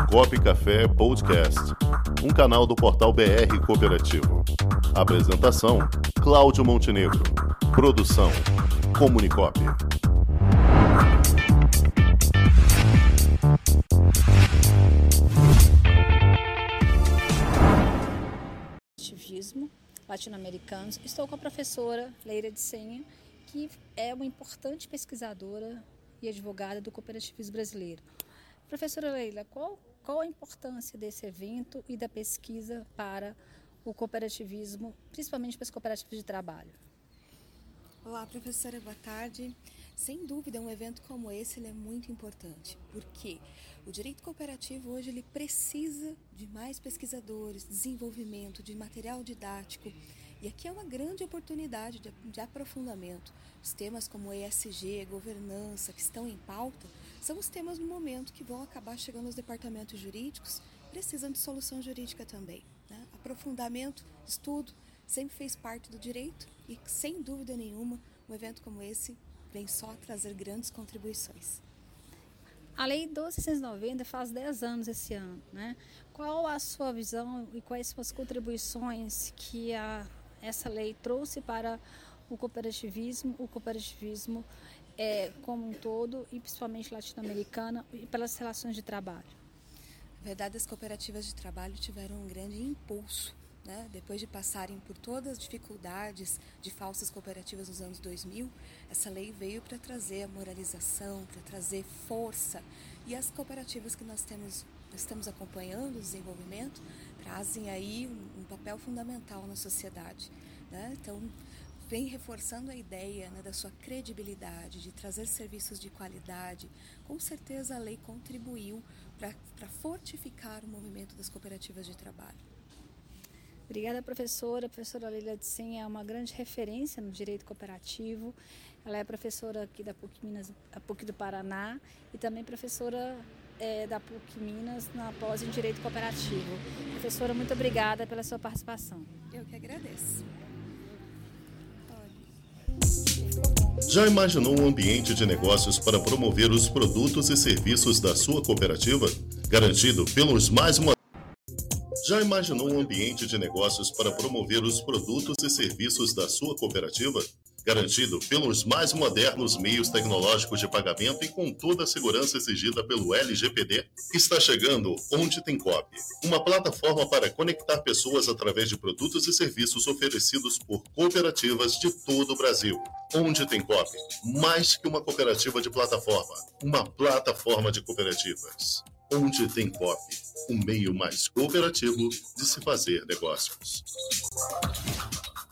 Copo Café Podcast, um canal do portal BR Cooperativo. Apresentação: Cláudio Montenegro. Produção: Comunicop. Ativismo latino-americanos. Estou com a professora Leila de Senha, que é uma importante pesquisadora e advogada do cooperativismo brasileiro. Professora Leila, qual a importância desse evento e da pesquisa para o cooperativismo, principalmente para as cooperativas de trabalho? Olá, professora, boa tarde. Sem dúvida, um evento como esse ele é muito importante, porque o direito cooperativo hoje ele precisa de mais pesquisadores, desenvolvimento de material didático, e aqui é uma grande oportunidade de aprofundamento. Os temas como ESG, governança, que estão em pauta, são os temas no momento que vão acabar chegando aos departamentos jurídicos, precisam de solução jurídica também, né? Aprofundamento, estudo, sempre fez parte do direito e, sem dúvida nenhuma, um evento como esse vem só trazer grandes contribuições. A Lei 12.690 faz 10 anos esse ano, né? Qual a sua visão e quais são as contribuições que essa lei trouxe para o cooperativismo como um todo, e principalmente latino-americana, e pelas relações de trabalho? Na verdade, as cooperativas de trabalho tiveram um grande impulso, né? Depois de passarem por todas as dificuldades de falsas cooperativas nos anos 2000, essa lei veio para trazer a moralização, para trazer força, e as cooperativas que nós estamos acompanhando o desenvolvimento trazem aí um papel fundamental na sociedade, né? Então, vem reforçando a ideia, né, da sua credibilidade, de trazer serviços de qualidade. Com certeza a lei contribuiu para fortificar o movimento das cooperativas de trabalho. Obrigada, professora. A professora Leila de Senha é uma grande referência no direito cooperativo. Ela é professora aqui da PUC Minas, a PUC do Paraná, e também professora da PUC Minas na pós em Direito Cooperativo. Professora, muito obrigada pela sua participação. Eu que agradeço. Já imaginou um ambiente de negócios para promover os produtos e serviços da sua cooperativa? Garantido pelos mais modernos. Já imaginou um ambiente de negócios para promover os produtos e serviços da sua cooperativa? Garantido pelos mais modernos meios tecnológicos de pagamento e com toda a segurança exigida pelo LGPD? Está chegando Onde Tem Coop, uma plataforma para conectar pessoas através de produtos e serviços oferecidos por cooperativas de todo o Brasil. Onde Tem Coop, mais que uma cooperativa de plataforma, uma plataforma de cooperativas. Onde Tem Coop, o meio mais cooperativo de se fazer negócios.